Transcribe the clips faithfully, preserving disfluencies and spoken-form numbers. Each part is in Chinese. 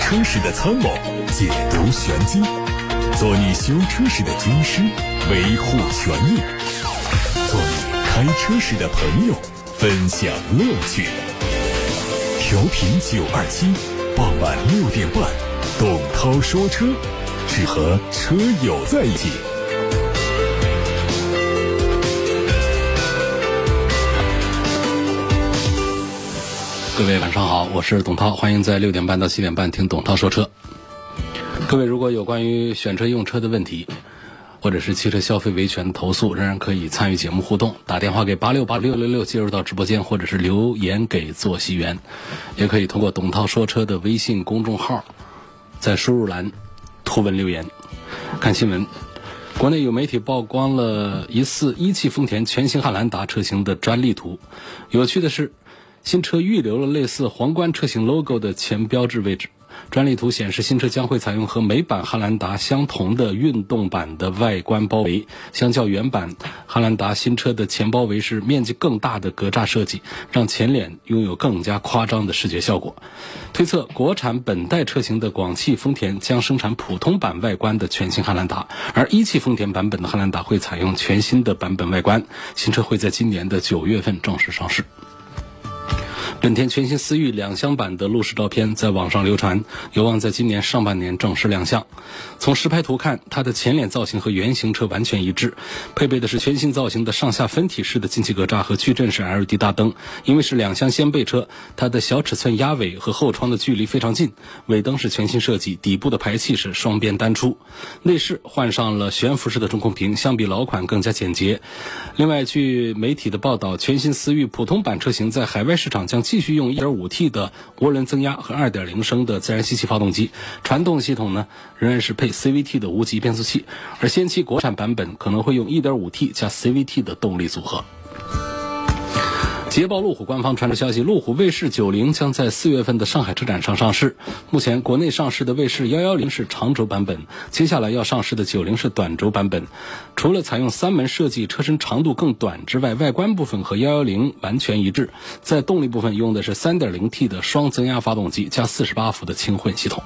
车时的参谋，解读玄机，做你修车时的军师，维护权益，做你开车时的朋友，分享乐趣。调频九二七，傍晚六点半，董涛说车，只和车友在一起。 各位晚上好，我是董涛，欢迎在六点半到七点半听董涛说车。各位如果有关于选车用车的问题，或者是汽车消费维权投诉，仍然可以参与节目互动，打电话给八六八六六六介入到直播间，或者是留言给作息员，也可以通过董涛说车的微信公众号，在输入栏图文留言。看新闻，国内有媒体曝光了疑似一汽丰田全新汉兰达车型的专利图。有趣的是，新车预留了类似皇冠车型 logo 的前标志位置。专利图显示，新车将会采用和美版汉兰达相同的运动版的外观包围，相较原版汉兰达新车的前包围是面积更大的格栅设计，让前脸拥有更加夸张的视觉效果。推测国产本代车型的广汽丰田将生产普通版外观的全新汉兰达，而一汽丰田版本的汉兰达会采用全新的版本外观。新车会在今年的九月份正式上市。本田全新思域两厢版的路试照片在网上流传，有望在今年上半年正式亮相。从实拍图看，它的前脸造型和原型车完全一致，配备的是全新造型的上下分体式的进气格栅和矩阵式 L E D 大灯。因为是两厢掀背车，它的小尺寸压尾和后窗的距离非常近，尾灯是全新设计，底部的排气是双边单出。内饰换上了悬浮式的中控屏，相比老款更加简洁。另外，据媒体的报道，全新思域普通版车型在海外市场将继续用 一点五 T 的涡轮增压和 二点零 升的自然吸气发动机，传动系统呢仍然是配 C V T 的无级变速器，而先期国产版本可能会用 一点五 T 加 C V T 的动力组合。捷豹路虎官方传出消息，路虎卫士九零将在四月份的上海车展上上市。目前国内上市的卫士一一零是长轴版本，接下来要上市的九零是短轴版本。除了采用三门设计，车身长度更短之外，外观部分和一一零完全一致。在动力部分用的是 三点零 T 的双增压发动机加四十八伏的轻混系统。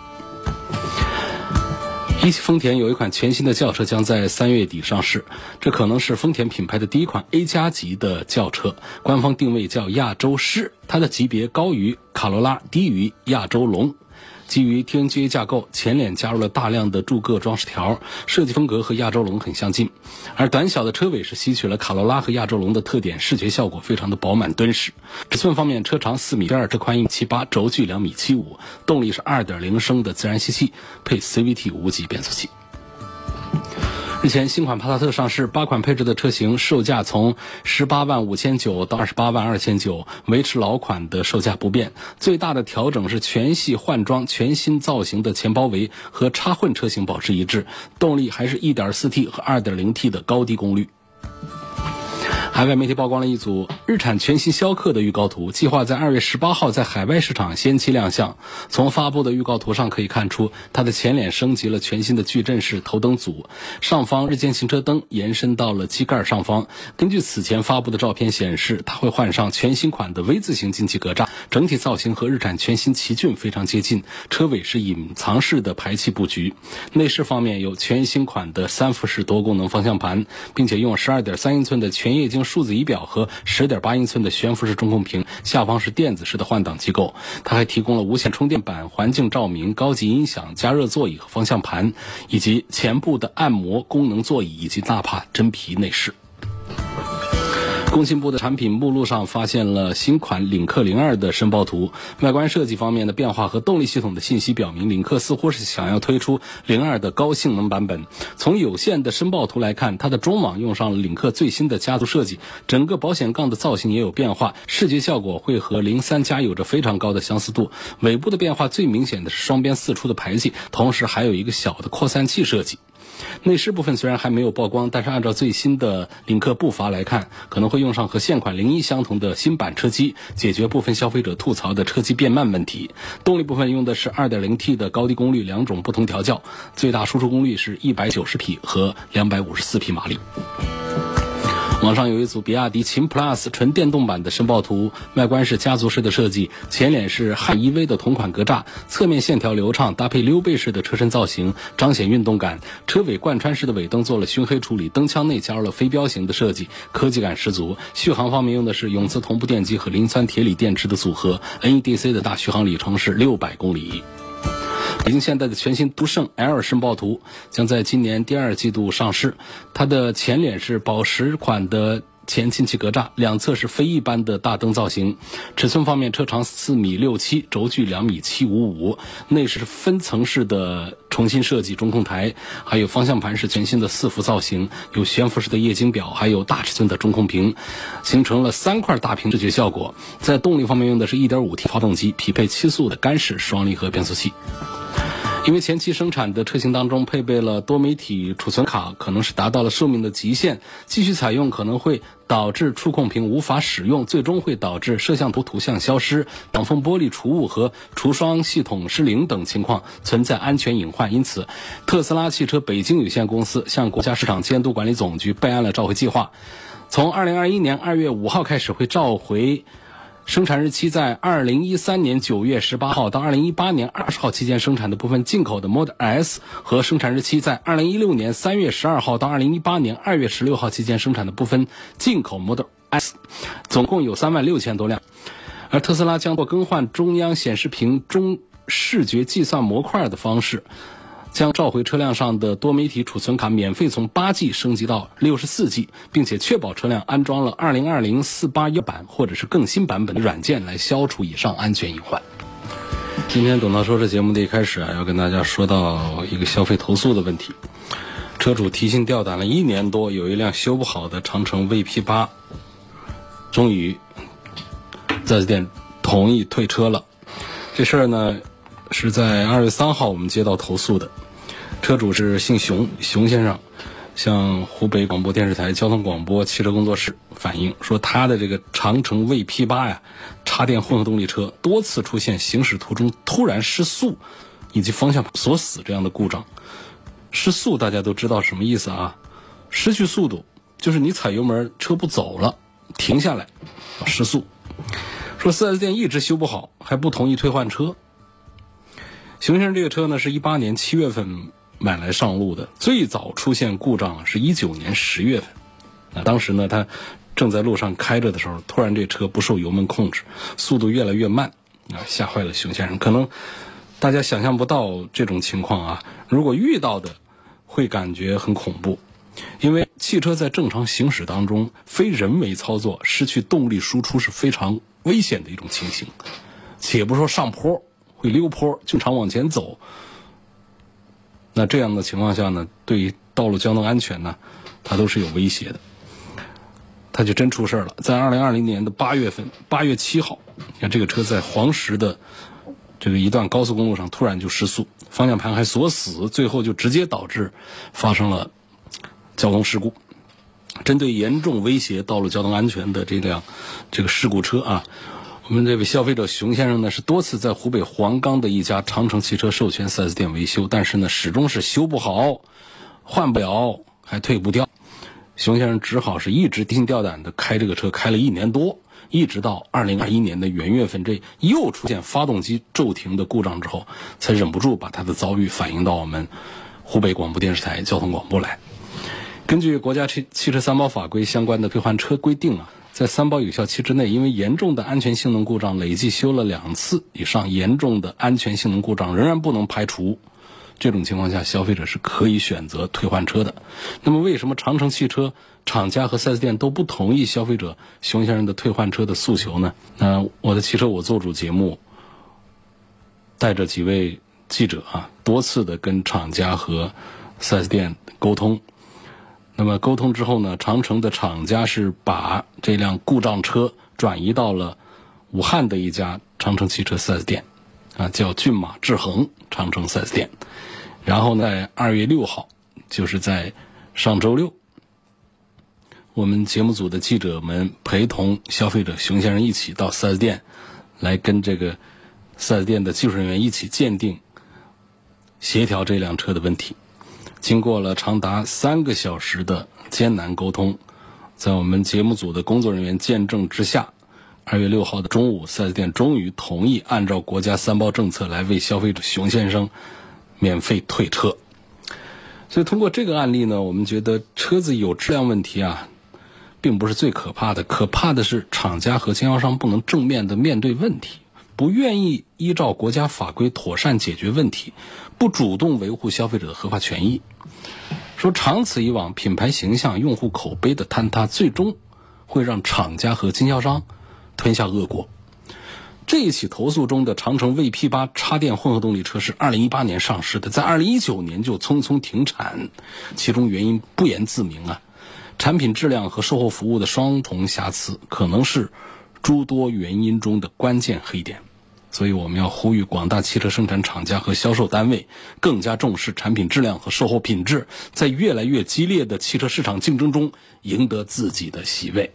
一汽丰田有一款全新的轿车将在三月底上市，这可能是丰田品牌的第一款 A 加级的轿车，官方定位叫亚洲狮，它的级别高于卡罗拉，低于亚洲龙。基于 T N G A 架构，前脸加入了大量的镀铬装饰条，设计风格和亚洲龙很相近。而短小的车尾是吸取了卡罗拉和亚洲龙的特点，视觉效果非常的饱满敦实。尺寸方面，车长四米二，车宽一米七八，轴距两米七五，动力是 二点零 升的自然吸气，配 C V T 无级变速器。日前，新款帕萨特上市，八款配置的车型售价从十八万五千九到二十八万二千九，维持老款的售价不变。最大的调整是全系换装全新造型的前包围和插混车型保持一致，动力还是 一点四 T 和 二点零 T 的高低功率。海外媒体曝光了一组日产全新逍客的预告图，计划在二月十八号在海外市场先期亮相。从发布的预告图上可以看出，它的前脸升级了全新的矩阵式头灯组，上方日间行车灯延伸到了机盖上方。根据此前发布的照片显示，它会换上全新款的 V 字形进气格栅，整体造型和日产全新奇骏非常接近，车尾是隐藏式的排气布局。内饰方面有全新款的三辐式多功能方向盘，并且用 十二点三英寸的全液晶数字仪表和 十点八英寸的悬浮式中控屏，下方是电子式的换挡机构。它还提供了无线充电板、环境照明、高级音响、加热座椅和方向盘，以及前部的按摩功能座椅以及纳帕真皮内饰。工信部的产品目录上发现了新款领克零二的申报图，外观设计方面的变化和动力系统的信息表明，领克似乎是想要推出零二的高性能版本。从有限的申报图来看，它的中网用上了领克最新的家族设计，整个保险杠的造型也有变化，视觉效果会和零三加有着非常高的相似度。尾部的变化最明显的是双边四出的排气，同时还有一个小的扩散器设计。内饰部分虽然还没有曝光，但是按照最新的领克步伐来看，可能会用上和现款零一相同的新版车机，解决部分消费者吐槽的车机变慢问题。动力部分用的是 二点零 T 的高低功率两种不同调教，最大输出功率是一百九十匹和两百五十四匹马力。 网上有一组比亚迪秦 Plus 纯电动版的申报图，外观是家族式的设计，前脸是汉 E V 的同款格栅，侧面线条流畅，搭配溜背式的车身造型，彰显运动感。车尾贯穿式的尾灯做了熏黑处理，灯腔内加入了飞镖型的设计，科技感十足。续航方面用的是永磁同步电机和磷酸铁锂电池的组合 ，N E D C 的大续航里程是六百公里。北京现代的全新途胜 L 申报图将在今年第二季度上市，它的前脸是宝石款的前进气格栅，两侧是飞翼般的大灯造型。尺寸方面，车长四米六七，轴距两米七五五，内饰分层式的重新设计中控台，还有方向盘是全新的四幅造型，有悬浮式的液晶表，还有大尺寸的中控屏，形成了三块大屏视觉效果。在动力方面用的是 一点五 T 发动机，匹配七速的干式双离合变速器。因为前期生产的车型当中配备了多媒体储存卡，可能是达到了寿命的极限，继续采用可能会导致触控屏无法使用，最终会导致摄像头图像消失、挡风玻璃除雾和除霜系统失灵等情况，存在安全隐患。因此，特斯拉汽车北京有限公司向国家市场监督管理总局备案了召回计划，从二零二一年二月五号开始会召回生产日期在二零一三年九月十八号到二零一八年二十号期间生产的部分进口的 Model S 和生产日期在二零一六年三月十二号到二零一八年二月十六号期间生产的部分进口 Model S， 总共有三万六千多辆。而特斯拉将或更换中央显示屏中视觉计算模块的方式，将召回车辆上的多媒体储存卡免费从八 G 升级到六十四 G， 并且确保车辆安装了二零二零四八一版或者是更新版本的软件来消除以上安全隐患。今天董涛说这节目的一开始啊，要跟大家说到一个消费投诉的问题。车主提心吊胆了一年多，有一辆修不好的长城 V P 八， 终于四 S 店同意退车了。这事儿呢是在二月三号我们接到投诉的，车主是姓熊，熊先生向湖北广播电视台交通广播汽车工作室反映说，他的这个长城 V P 八 呀，插电混合动力车多次出现行驶途中突然失速以及方向盘锁死这样的故障。失速大家都知道什么意思啊？失去速度就是你踩油门车不走了，停下来失速。说 四 S 店一直修不好，还不同意退换车。熊先生这个车呢是一八年七月份买来上路的，最早出现故障是一九年十月份。啊，当时呢他正在路上开着的时候，突然这车不受油门控制，速度越来越慢，啊，吓坏了熊先生。可能大家想象不到这种情况啊，如果遇到的会感觉很恐怖。因为汽车在正常行驶当中，非人为操作失去动力输出是非常危险的一种情形。且不说上坡会溜坡，经常往前走，那这样的情况下呢，对于道路交通安全呢，它都是有威胁的。它就真出事了。在二零二零年的八月份，八月七号，你看这个车在黄石的这个一段高速公路上突然就失速，方向盘还锁死，最后就直接导致发生了交通事故。针对严重威胁道路交通安全的这辆这个事故车啊，我们这位消费者熊先生呢是多次在湖北黄冈的一家长城汽车授权 四 S 店维修，但是呢始终是修不好，换不了，还退不掉。熊先生只好是一直提心吊胆的开这个车，开了一年多，一直到二零二一年的元月份，这又出现发动机骤停的故障之后，才忍不住把他的遭遇反映到我们湖北广播电视台交通广播来。根据国家汽汽车三包法规相关的退换车规定啊，在三包有效期之内，因为严重的安全性能故障累计修了两次以上严重的安全性能故障仍然不能排除，这种情况下消费者是可以选择退换车的。那么为什么长城汽车厂家和 四 S 店都不同意消费者熊先生的退换车的诉求呢？那我的汽车我做主节目带着几位记者啊，多次的跟厂家和 四 S 店沟通。那么沟通之后呢，长城的厂家是把这辆故障车转移到了武汉的一家长城汽车 四 S 店啊，叫骏马智恒长城 四 S 店。然后呢，在二月六号，就是在上周六，我们节目组的记者们陪同消费者熊先生一起到 四 S 店来跟这个 四 S 店的技术人员一起鉴定协调这辆车的问题。经过了长达三个小时的艰难沟通， 在我们节目组的工作人员见证之下，二月六号的中午，四 S 店终于同意按照国家三包政策来为消费者熊先生免费退车。所以通过这个案例呢，我们觉得车子有质量问题啊，并不是最可怕的，可怕的是厂家和经销商不能正面的面对问题，不愿意依照国家法规妥善解决问题，不主动维护消费者的合法权益。说长此以往，品牌形象、用户口碑的坍塌，最终会让厂家和经销商吞下恶果。这一起投诉中的长城 V P 八 插电混合动力车是二零一八年上市的，在二零一九年就匆匆停产，其中原因不言自明啊。产品质量和售后服务的双重瑕疵，可能是诸多原因中的关键黑点。所以我们要呼吁广大汽车生产厂家和销售单位更加重视产品质量和售后品质，在越来越激烈的汽车市场竞争中赢得自己的席位。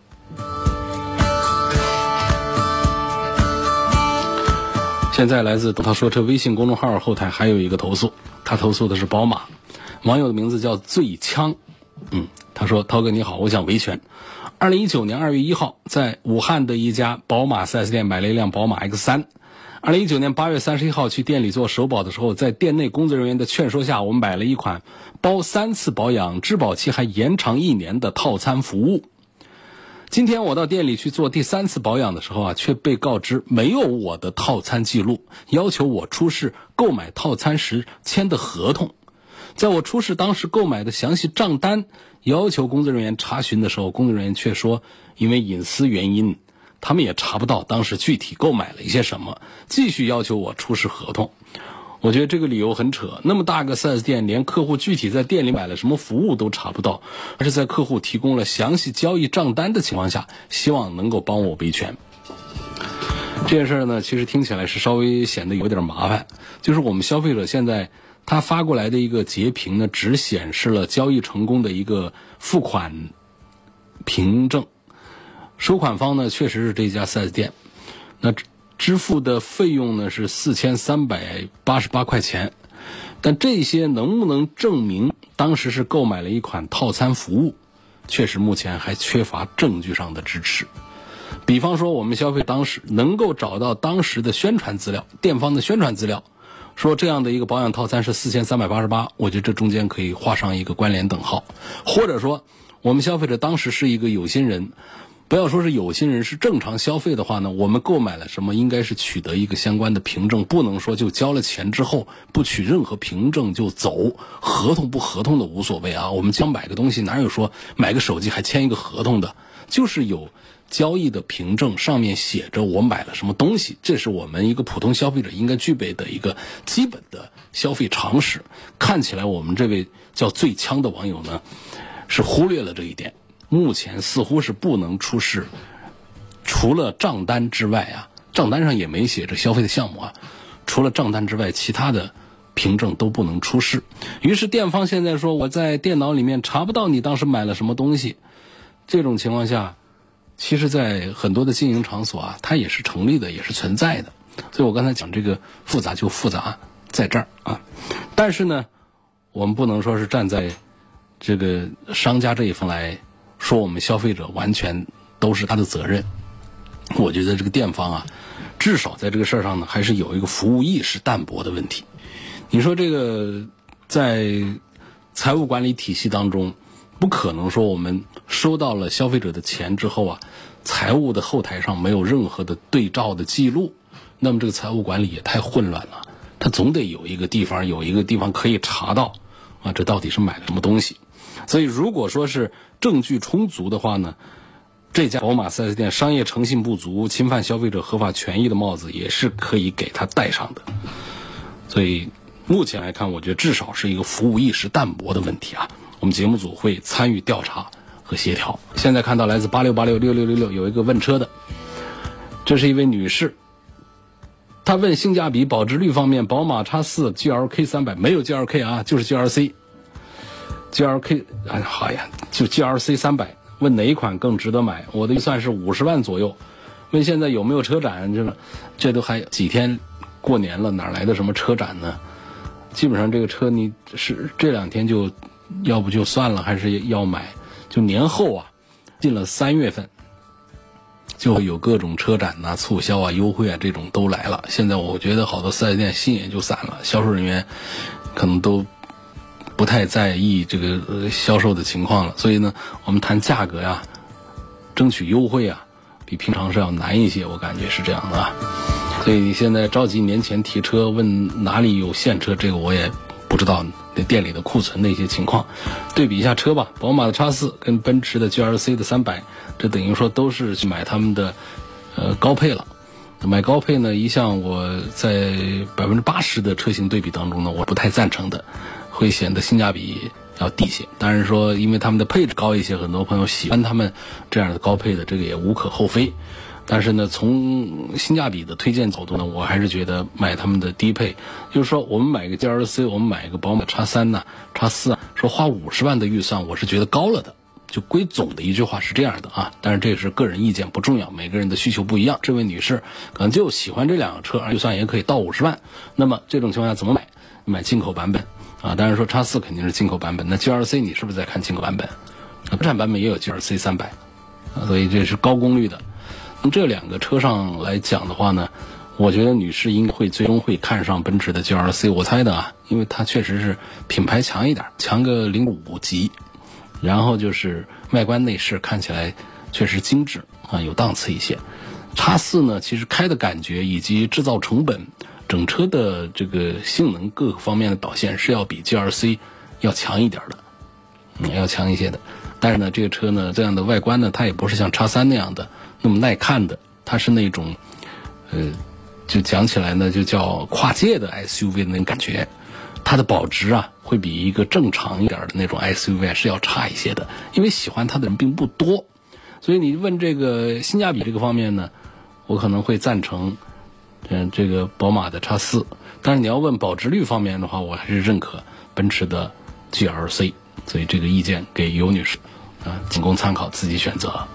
现在来自董涛说车微信公众号后台还有一个投诉，他投诉的是宝马，网友的名字叫醉枪。嗯，他说：涛哥你好，我想维权。二零一九年二月一号，在武汉的一家宝马 四 S 店买了一辆宝马 X 三。二零一九年八月三十一号去店里做首保的时候，在店内工作人员的劝说下，我们买了一款包三次保养、质保期还延长一年的套餐服务。今天我到店里去做第三次保养的时候啊，却被告知没有我的套餐记录，要求我出示购买套餐时签的合同。在我出示当时购买的详细账单，要求工作人员查询的时候，工作人员却说因为隐私原因，他们也查不到当时具体购买了一些什么，继续要求我出示合同。我觉得这个理由很扯，那么大个 四 S 店，连客户具体在店里买了什么服务都查不到，而是在客户提供了详细交易账单的情况下，希望能够帮我维权。这件事呢，其实听起来是稍微显得有点麻烦，就是我们消费者现在他发过来的一个截屏呢，只显示了交易成功的一个付款凭证，收款方呢确实是这家 四 S 店，那支付的费用呢是四千三百八十八块钱，但这些能不能证明当时是购买了一款套餐服务，确实目前还缺乏证据上的支持。比方说我们消费当时能够找到当时的宣传资料，店方的宣传资料说这样的一个保养套餐是四千三百八十八，我觉得这中间可以画上一个关联等号。或者说我们消费者当时是一个有心人，不要说是有心人，是正常消费的话呢，我们购买了什么应该是取得一个相关的凭证，不能说就交了钱之后不取任何凭证就走，合同不合同的无所谓啊。我们将买个东西哪有说买个手机还签一个合同的，就是有交易的凭证，上面写着我买了什么东西，这是我们一个普通消费者应该具备的一个基本的消费常识。看起来我们这位叫最枪的网友呢是忽略了这一点，目前似乎是不能出示，除了账单之外啊，账单上也没写着消费的项目啊，除了账单之外其他的凭证都不能出示。于是店方现在说我在电脑里面查不到你当时买了什么东西，这种情况下其实在很多的经营场所啊，它也是成立的，也是存在的。所以我刚才讲这个复杂就复杂在这儿啊。但是呢，我们不能说是站在这个商家这一方来说我们消费者完全都是他的责任。我觉得这个店方啊，至少在这个事儿上呢，还是有一个服务意识淡薄的问题。你说这个在财务管理体系当中，不可能说我们收到了消费者的钱之后啊，财务的后台上没有任何的对照的记录，那么这个财务管理也太混乱了。它总得有一个地方，有一个地方可以查到啊，这到底是买了什么东西。所以如果说是证据充足的话呢，这家宝马 四 S 店商业诚信不足、侵犯消费者合法权益的帽子也是可以给他戴上的。所以目前来看，我觉得至少是一个服务意识淡薄的问题啊。我们节目组会参与调查和协调。现在看到来自八六八六六六六六有一个问车的，这是一位女士，她问性价比、保值率方面，宝马 X 四 G L K 三百 没有 G L K 啊，就是 G L C。G L K 哎好呀，就 G L C 三百，问哪一款更值得买？我的预算是五十万左右。问现在有没有车展？这个这都还几天过年了，哪来的什么车展呢？基本上这个车你是这两天就要不就算了，还是要买，就年后啊， 进了三月份，就会有各种车展呐、啊、促销啊、优惠啊这种都来了。现在我觉得好多四 S 店心也就散了，销售人员可能都不太在意这个、呃、销售的情况了。所以呢，我们谈价格呀、争取优惠啊，比平常是要难一些，我感觉是这样的啊。所以你现在着急年前提车，问哪里有现车，这个我也不知道店里的库存的一些情况。对比一下车吧，宝马的 X 四 跟奔驰的 G L C 的三百，这等于说都是去买他们的呃高配了。买高配呢，一向我在百分之八十的车型对比当中呢，我不太赞成的，会显得性价比要低些。当然说，因为他们的配置高一些，很多朋友喜欢他们这样的高配的，这个也无可厚非。但是呢，从性价比的推荐角度呢，我还是觉得买他们的低配。就是说，我们买个 G L C， 我们买个宝马 X 三 呐、X 四啊，说花五十万的预算，我是觉得高了的。就归总的一句话是这样的啊，但是这是个人意见，不重要，每个人的需求不一样。这位女士可能就喜欢这两个车，预算也可以到五十万。那么这种情况下怎么买？买进口版本啊，当然说 X 四 肯定是进口版本。那 G L C 你是不是在看进口版本？国产版本也有 G L C 三百啊，所以这是高功率的。从这两个车上来讲的话呢，我觉得女士应该会最终会看上奔驰的 G L C， 我猜的啊，因为它确实是品牌强一点，强个零点五级，然后就是外观内饰看起来确实精致啊，有档次一些。X 四 呢，其实开的感觉以及制造成本、整车的这个性能各个方面的表现是要比 G L C 要强一点的，嗯，要强一些的。但是呢，这个车呢，这样的外观呢，它也不是像 X 三 那样的那么耐看的，它是那种，呃，就讲起来呢，就叫跨界的 S U V 的那种感觉。它的保值啊，会比一个正常一点的那种 S U V 是要差一些的，因为喜欢它的人并不多。所以你问这个性价比这个方面呢，我可能会赞成，嗯，这个宝马的 X 四。但是你要问保值率方面的话，我还是认可奔驰的 G L C。所以这个意见给尤女士啊，仅供参考，自己选择。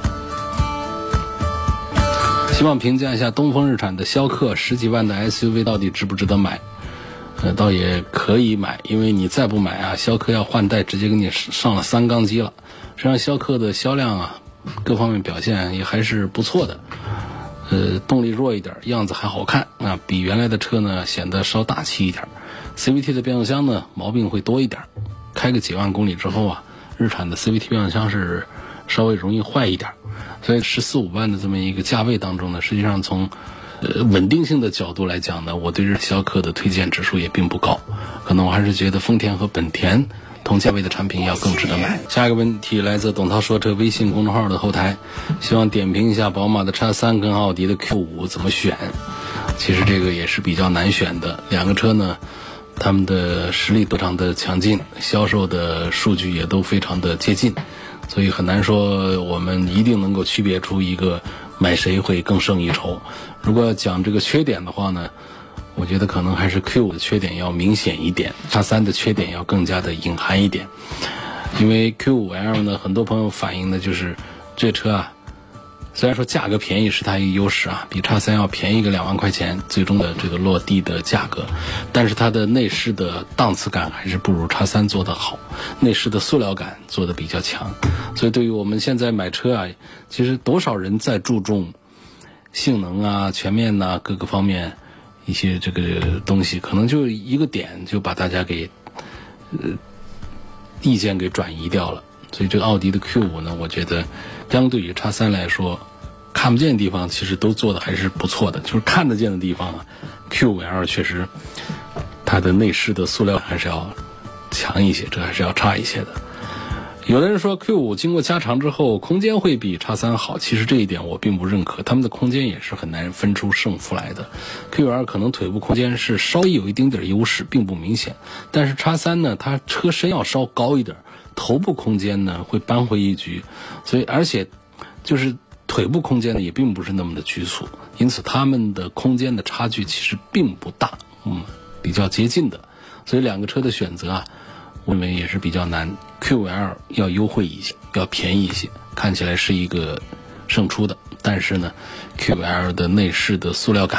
希望评价一下东风日产的逍客十几万的 S U V 到底值不值得买？呃，倒也可以买，因为你再不买啊，逍客要换代，直接给你上了三缸机了。实际上，逍客的销量啊，各方面表现也还是不错的。呃，动力弱一点，样子还好看啊，比原来的车呢显得稍大气一点。C V T 的变速箱呢，毛病会多一点。开个几万公里之后啊，日产的 C V T 变速箱是稍微容易坏一点，所以十四五万的这么一个价位当中呢，实际上从呃稳定性的角度来讲呢，我对日逍客的推荐指数也并不高，可能我还是觉得丰田和本田同价位的产品要更值得买。下一个问题来自董涛说车微信公众号的后台，希望点评一下宝马的 X 三 跟奥迪的 Q 五 怎么选。其实这个也是比较难选的，两个车呢他们的实力非常的强劲，销售的数据也都非常的接近，所以很难说我们一定能够区别出一个买谁会更胜一筹。如果讲这个缺点的话呢，我觉得可能还是 Q 五 的缺点要明显一点， X 三 的缺点要更加的隐含一点。因为 Q 五 L 呢，很多朋友反映的就是这车啊，虽然说价格便宜是它一个优势啊，比 X 三 要便宜个两万块钱，最终的这个落地的价格，但是它的内饰的档次感还是不如 X 三 做得好，内饰的塑料感做得比较强。所以对于我们现在买车啊，其实多少人在注重性能啊、全面呐、啊、各个方面一些这个东西，可能就一个点就把大家给呃意见给转移掉了。所以这个奥迪的 Q 五 呢，我觉得相对于 X 三 来说，看不见的地方其实都做的还是不错的，就是看得见的地方啊 Q 五 L 确实它的内饰的塑料还是要强一些，这还是要差一些的。有的人说 Q 五 经过加长之后空间会比 X 三 好，其实这一点我并不认可，他们的空间也是很难分出胜负来的。 Q 五 L 可能腿部空间是稍微有一丁点优势，并不明显，但是 X 三 呢，它车身要稍高一点，头部空间呢会扳回一局，所以而且就是腿部空间呢也并不是那么的局促，因此他们的空间的差距其实并不大，嗯，比较接近的。所以两个车的选择啊，我认为也是比较难。 Q 五 L 要优惠一些，要便宜一些，看起来是一个胜出的，但是呢 Q 五 L 的内饰的塑料感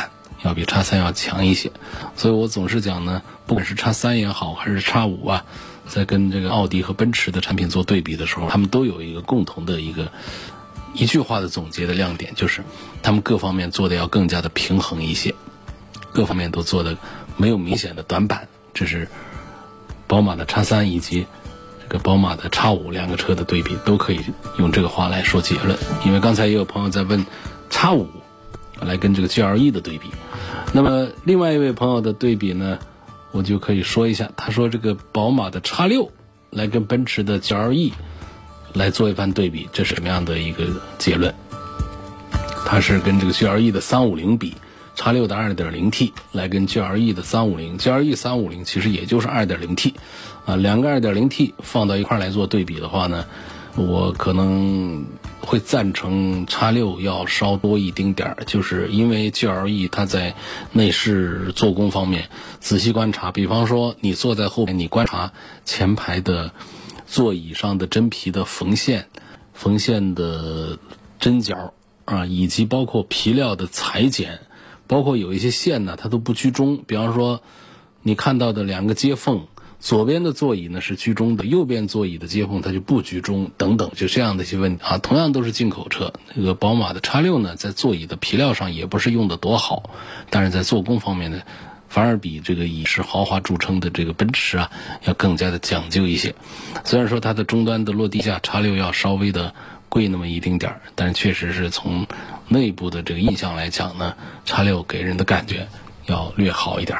要比 X 三 要强一些。所以我总是讲呢，不管是 X 三 也好，还是 X 五 啊，在跟这个奥迪和奔驰的产品做对比的时候，他们都有一个共同的一个一句话的总结的亮点，就是他们各方面做的要更加的平衡一些，各方面都做的没有明显的短板。这是宝马的 X 三 以及这个宝马的 X 五 两个车的对比，都可以用这个话来说结论。因为刚才也有朋友在问 X 五 来跟这个 G L E 的对比，那么另外一位朋友的对比呢，我就可以说一下，他说这个宝马的 X 六 来跟奔驰的 G L E 来做一番对比，这是什么样的一个结论？他是跟这个 G L E 的三五零比，X 六 的 二点零 T 来跟 G L E 的三五零， G L E 三五零其实也就是 二点零 T 啊，两个 二点零 T 放到一块来做对比的话呢，我可能会赞成 X 六 要稍多一丁点儿，就是因为 G L E 它在内饰做工方面仔细观察，比方说你坐在后面，你观察前排的座椅上的真皮的缝线、缝线的针脚啊，以及包括皮料的裁剪，包括有一些线呢它都不居中，比方说你看到的两个接缝，左边的座椅呢是居中的，右边座椅的接缝它就不居中，等等，就这样的一些问题啊。同样都是进口车，这个宝马的 X 六 呢，在座椅的皮料上也不是用的多好，但是在做工方面呢，反而比这个以是豪华著称的这个奔驰啊要更加的讲究一些。虽然说它的终端的落地价 X 六 要稍微的贵那么一丁点儿，但是确实是从内部的这个印象来讲呢 ，X 六 给人的感觉要略好一点。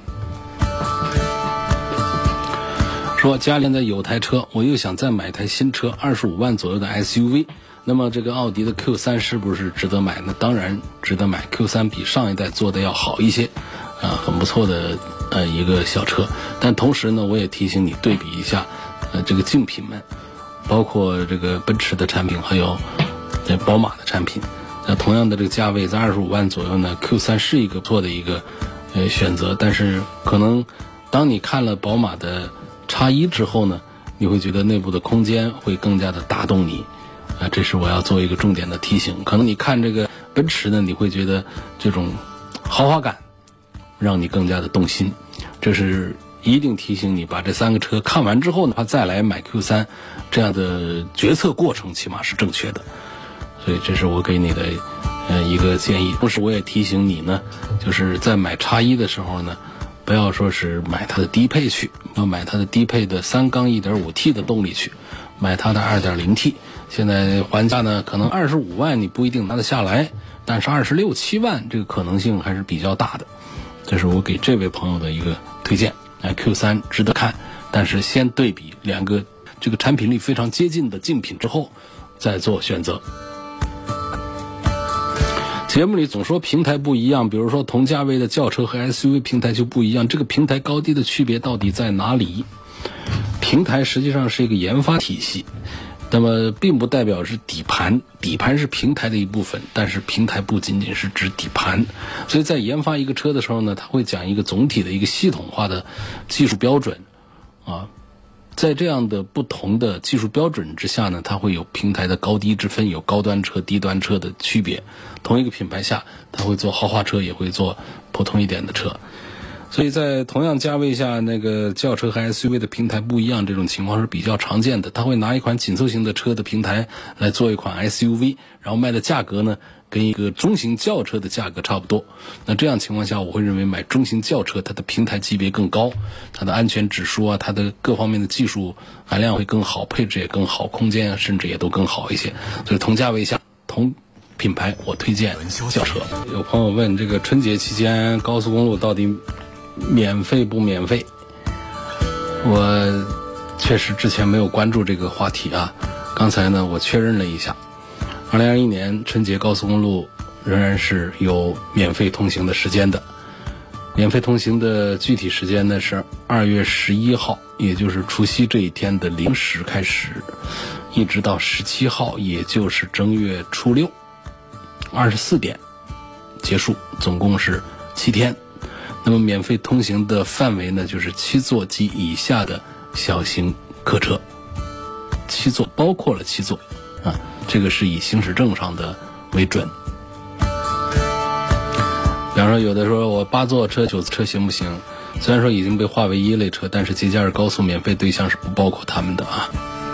说家里现在有台车，我又想再买台新车，二十五万左右的 S U V， 那么这个奥迪的 Q 三 是不是值得买呢？当然值得买， Q 三 比上一代做的要好一些啊，很不错的呃一个小车。但同时呢，我也提醒你对比一下呃这个竞品们，包括这个奔驰的产品，还有呃宝马的产品。那同样的这个价位在二十五万左右呢 ，Q 三 是一个不错的一个呃选择，但是可能当你看了宝马的 X 一 之后呢，你会觉得内部的空间会更加的打动你啊，这是我要做一个重点的提醒。可能你看这个奔驰呢，你会觉得这种豪华感让你更加的动心，这是一定提醒你把这三个车看完之后呢，再来买 Q 三，这样的决策过程起码是正确的。所以这是我给你的呃一个建议。同时我也提醒你呢，就是在买 X 一 的时候呢，不要说是买它的低配去，要买它的低配的三缸 一点五 T 的动力去，买它的 二点零 T。现在还价呢，可能二十五万你不一定拿得下来，但是二十六七万这个可能性还是比较大的。这是我给这位朋友的一个推荐。哎 ，Q 三 值得看，但是先对比两个这个产品力非常接近的竞品之后，再做选择。节目里总说平台不一样，比如说同价位的轿车和 S U V 平台就不一样，这个平台高低的区别到底在哪里？平台实际上是一个研发体系，那么并不代表是底盘，底盘是平台的一部分，但是平台不仅仅是指底盘。所以在研发一个车的时候呢，它会讲一个总体的一个系统化的技术标准啊。在这样的不同的技术标准之下呢，它会有平台的高低之分，有高端车、低端车的区别。同一个品牌下，它会做豪华车，也会做普通一点的车。所以在同样价位下，那个轿车和 S U V 的平台不一样，这种情况是比较常见的。它会拿一款紧凑型的车的平台来做一款 S U V， 然后卖的价格呢跟一个中型轿车的价格差不多。那这样情况下，我会认为买中型轿车它的平台级别更高，它的安全指数啊，它的各方面的技术含量会更好，配置也更好，空间啊甚至也都更好一些。所以同价位下同品牌我推荐轿车。有朋友问这个春节期间高速公路到底免费不免费？我确实之前没有关注这个话题啊，刚才呢我确认了一下，二零二一年春节高速公路仍然是有免费通行的时间的。免费通行的具体时间呢是二月十一号，也就是除夕这一天的零时开始，一直到十七号，也就是正月初六，二十四点结束，总共是七天。那么免费通行的范围呢，就是七座及以下的小型客车，七座包括了七座啊，这个是以行驶证上的为准。 比方说有的说我八座车九座车行不行？虽然说已经被划为一类车，但是节假日高速免费对象是不包括他们的啊。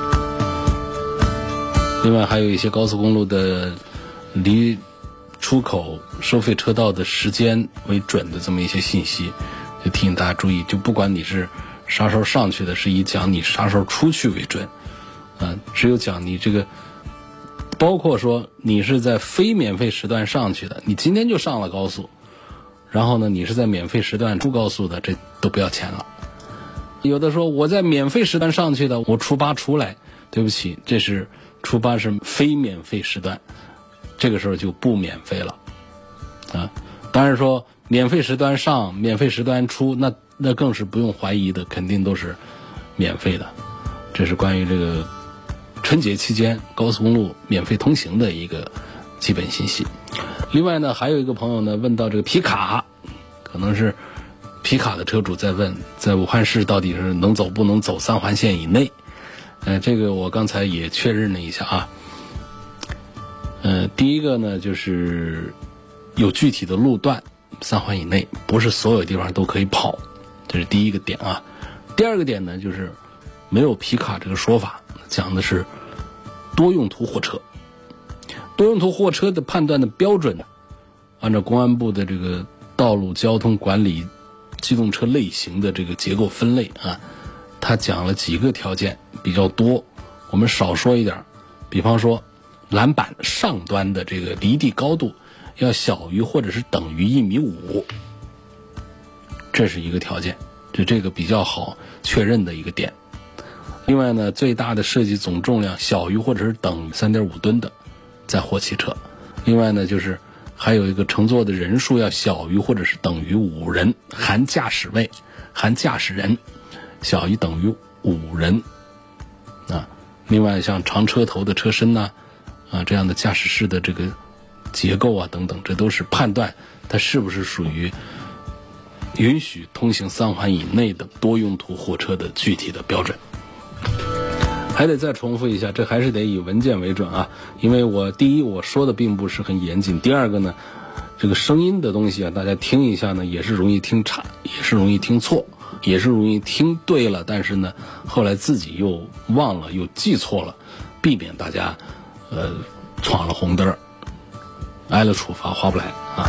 另外还有一些高速公路的离出口收费车道的时间为准的这么一些信息，就提醒大家注意，就不管你是啥时候上去的，是以讲你啥时候出去为准啊，只有讲你这个包括说你是在非免费时段上去的，你今天就上了高速，然后呢你是在免费时段出高速的，这都不要钱了。有的说我在免费时段上去的，我初八出来，对不起，这是初八是非免费时段，这个时候就不免费了啊。当然说免费时段上免费时段出，那那更是不用怀疑的，肯定都是免费的。这是关于这个春节期间高速公路免费通行的一个基本信息。另外呢，还有一个朋友呢问到这个皮卡，可能是皮卡的车主在问，在武汉市到底是能走不能走三环线以内？呃，这个我刚才也确认了一下啊。呃，第一个呢就是有具体的路段，三环以内，不是所有地方都可以跑，这是第一个点啊。第二个点呢就是没有皮卡这个说法，讲的是多用途货车。多用途货车的判断的标准，按照公安部的这个道路交通管理机动车类型的这个结构分类啊，它讲了几个条件比较多，我们少说一点。比方说栏板上端的这个离地高度要小于或者是等于一米五，这是一个条件，就这个比较好确认的一个点。另外呢，最大的设计总重量小于或者是等于 三点五吨的载货汽车。另外呢，就是还有一个乘坐的人数要小于或者是等于五人，含驾驶位含驾驶人小于等于五人啊。另外像长车头的车身呐 啊, 啊这样的驾驶室的这个结构啊等等，这都是判断它是不是属于允许通行三环以内的多用途货车的具体的标准。还得再重复一下，这还是得以文件为准啊，因为我第一我说的并不是很严谨，第二个呢，这个声音的东西啊，大家听一下呢也是容易听差，也是容易听错，也是容易听对了，但是呢后来自己又忘了又记错了，避免大家呃闯了红灯挨了处罚划不来啊。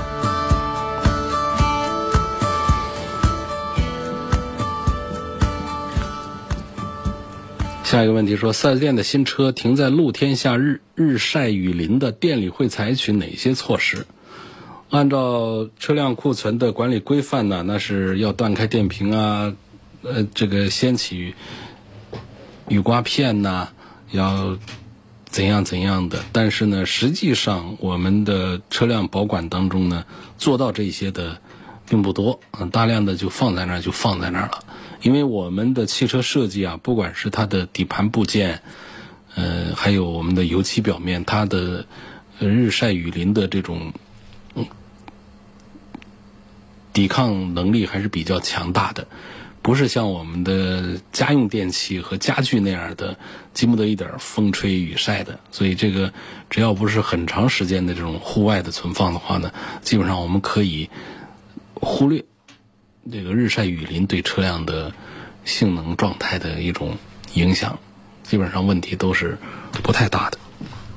下一个问题说，四 S 店的新车停在露天下日日晒雨淋的，店里会采取哪些措施？按照车辆库存的管理规范呢，那是要断开电瓶啊，呃，这个掀起雨刮片呐、啊，要怎样怎样的。但是呢，实际上我们的车辆保管当中呢，做到这些的并不多，嗯，大量的就放在那儿就放在那儿了。因为我们的汽车设计啊，不管是它的底盘部件，呃，还有我们的油漆表面，它的日晒雨淋的这种嗯抵抗能力还是比较强大的，不是像我们的家用电器和家具那样的经不得一点风吹雨晒的。所以这个只要不是很长时间的这种户外的存放的话呢，基本上我们可以忽略这个日晒雨淋对车辆的性能状态的一种影响，基本上问题都是不太大的。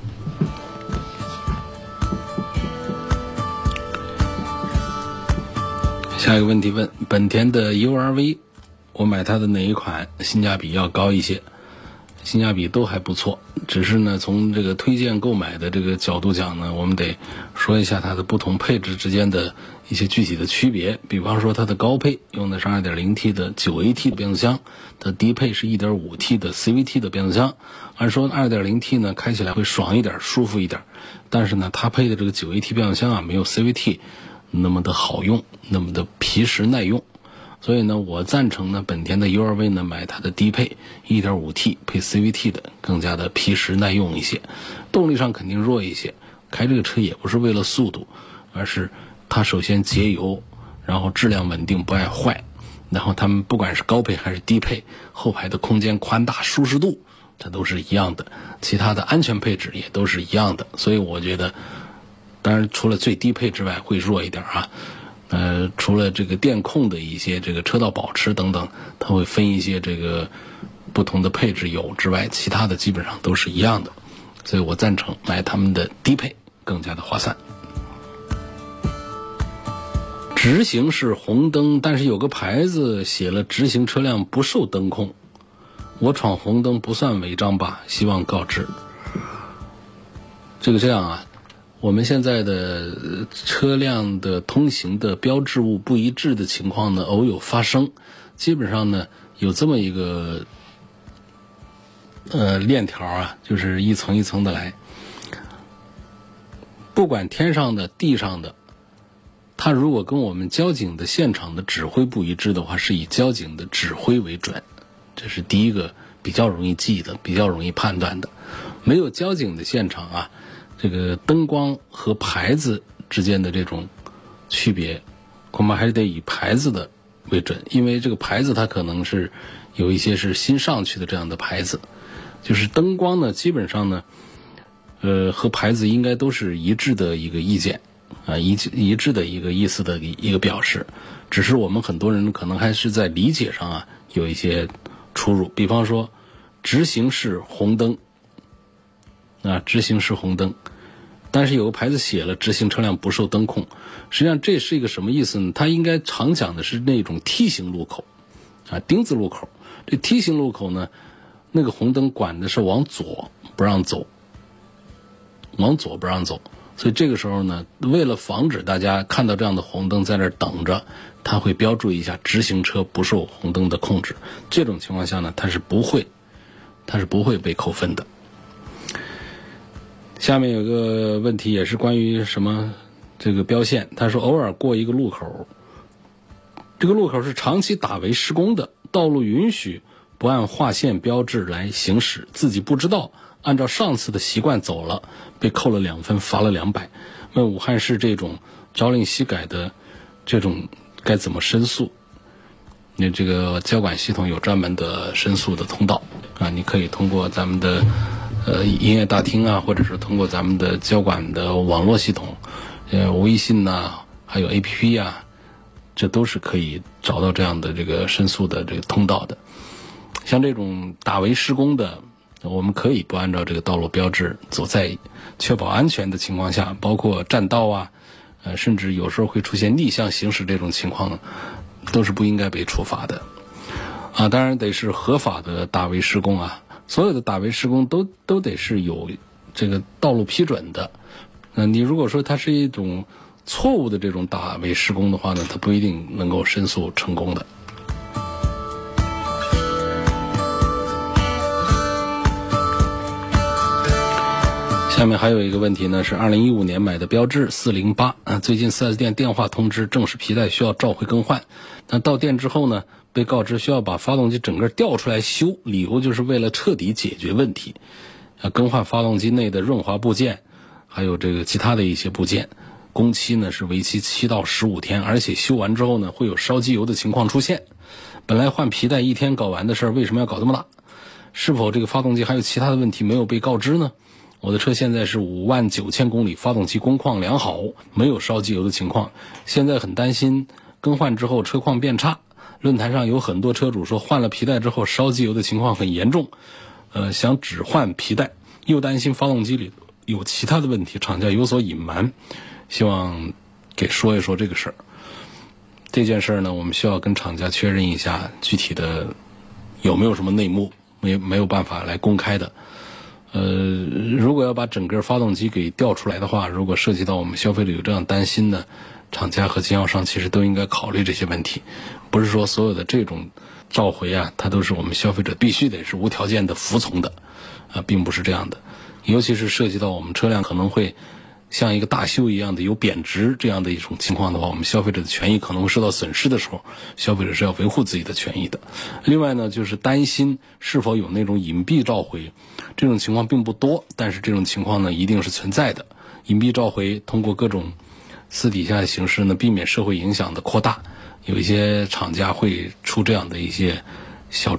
下一个问题问，本田的 U R V 我买它的哪一款性价比要高一些？性价比都还不错，只是呢从这个推荐购买的这个角度讲呢，我们得说一下它的不同配置之间的一些具体的区别。比方说它的高配用的是 二点零 T 的 九 A T 的变速箱，它的低配是 一点五 T 的 C V T 的变速箱。按说 二点零 T 呢开起来会爽一点舒服一点，但是呢它配的这个 九 A T 变速箱啊没有 C V T 那么的好用，那么的皮实耐用。所以呢，我赞成呢，本田的 U R V 呢买它的低配 一点五 T 配 C V T 的，更加的皮实耐用一些，动力上肯定弱一些。开这个车也不是为了速度，而是它首先节油，然后质量稳定不爱坏，然后他们不管是高配还是低配，后排的空间宽大舒适度这都是一样的，其他的安全配置也都是一样的。所以我觉得当然除了最低配之外会弱一点啊， 呃，除了这个电控的一些这个车道保持等等，它会分一些这个不同的配置有之外，其他的基本上都是一样的，所以我赞成买他们的低配更加的划算。直行是红灯，但是有个牌子写了直行车辆不受灯控，我闯红灯不算违章吧？希望告知。这个这样啊，我们现在的车辆的通行的标志物不一致的情况呢，偶有发生。基本上呢，有这么一个呃链条啊，就是一层一层的来。不管天上的、地上的，它如果跟我们交警的现场的指挥不一致的话，是以交警的指挥为准，这是第一个比较容易记的、比较容易判断的。没有交警的现场啊，这个灯光和牌子之间的这种区别，恐怕还是得以牌子的为准，因为这个牌子它可能是有一些是新上去的这样的牌子，就是灯光呢，基本上呢，呃，和牌子应该都是一致的一个意见。啊，一一致的一个意思的一个表示，只是我们很多人可能还是在理解上啊有一些出入。比方说，直行是红灯，啊，直行是红灯，但是有个牌子写了直行车辆不受灯控。实际上这是一个什么意思呢？它应该常讲的是那种梯形路口，啊，丁字路口。这梯形路口呢，那个红灯管的是往左不让走，往左不让走。所以这个时候呢，为了防止大家看到这样的红灯在那儿等着，它会标注一下直行车不受红灯的控制。这种情况下呢，它是不会，它是不会被扣分的。下面有个问题也是关于什么这个标线，他说偶尔过一个路口，这个路口是长期打围施工的，道路允许不按划线标志来行驶，自己不知道，按照上次的习惯走了，被扣了两分，罚了两百。问武汉市这种朝令夕改的这种该怎么申诉？那这个交管系统有专门的申诉的通道啊，你可以通过咱们的呃营业大厅啊，或者是通过咱们的交管的网络系统，呃微信呐、啊，还有 A P P 啊，这都是可以找到这样的这个申诉的这个通道的。像这种打围施工的，我们可以不按照这个道路标志走，在确保安全的情况下，包括占道啊，呃，甚至有时候会出现逆向行驶这种情况呢，都是不应该被处罚的。啊，当然得是合法的打围施工啊，所有的打围施工都都得是有这个道路批准的。那、呃、你如果说它是一种错误的这种打围施工的话呢，它不一定能够申诉成功的。下面还有一个问题呢，是二零一五年买的标致四零八啊，最近 四 S 店电话通知正时皮带需要召回更换，但到店之后呢，被告知需要把发动机整个调出来修，理由就是为了彻底解决问题，啊，更换发动机内的润滑部件，还有这个其他的一些部件，工期呢是为期七到十五天，而且修完之后呢会有烧机油的情况出现。本来换皮带一天搞完的事儿，为什么要搞这么大？是否这个发动机还有其他的问题没有被告知呢？我的车现在是五万九千公里，发动机工况良好，没有烧机油的情况。现在很担心更换之后车况变差。论坛上有很多车主说换了皮带之后烧机油的情况很严重，呃，想只换皮带，又担心发动机里有其他的问题，厂家有所隐瞒，希望给说一说这个事儿。这件事儿呢，我们需要跟厂家确认一下具体的有没有什么内幕，没没有办法来公开的。呃，如果要把整个发动机给调出来的话，如果涉及到我们消费者有这样担心呢，厂家和经销商其实都应该考虑这些问题。不是说所有的这种召回啊，它都是我们消费者必须得是无条件的服从的，啊，并不是这样的。尤其是涉及到我们车辆可能会像一个大修一样的有贬值这样的一种情况的话，我们消费者的权益可能会受到损失的时候，消费者是要维护自己的权益的。另外呢，就是担心是否有那种隐蔽召回，这种情况并不多，但是这种情况呢一定是存在的。隐蔽召回通过各种私底下的形式呢，避免社会影响的扩大，有一些厂家会出这样的一些小招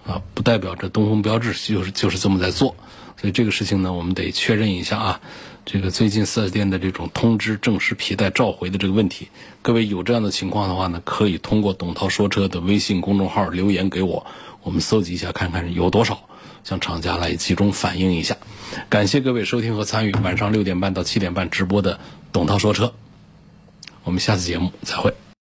啊，不代表着东风标致就是就是这么在做。所以这个事情呢，我们得确认一下啊。这个最近四 S 店的这种通知证实皮带召回的这个问题，各位有这样的情况的话呢，可以通过董涛说车的微信公众号留言给我，我们搜集一下看看有多少，向厂家来集中反映一下。感谢各位收听和参与晚上六点半到七点半直播的董涛说车，我们下次节目再会。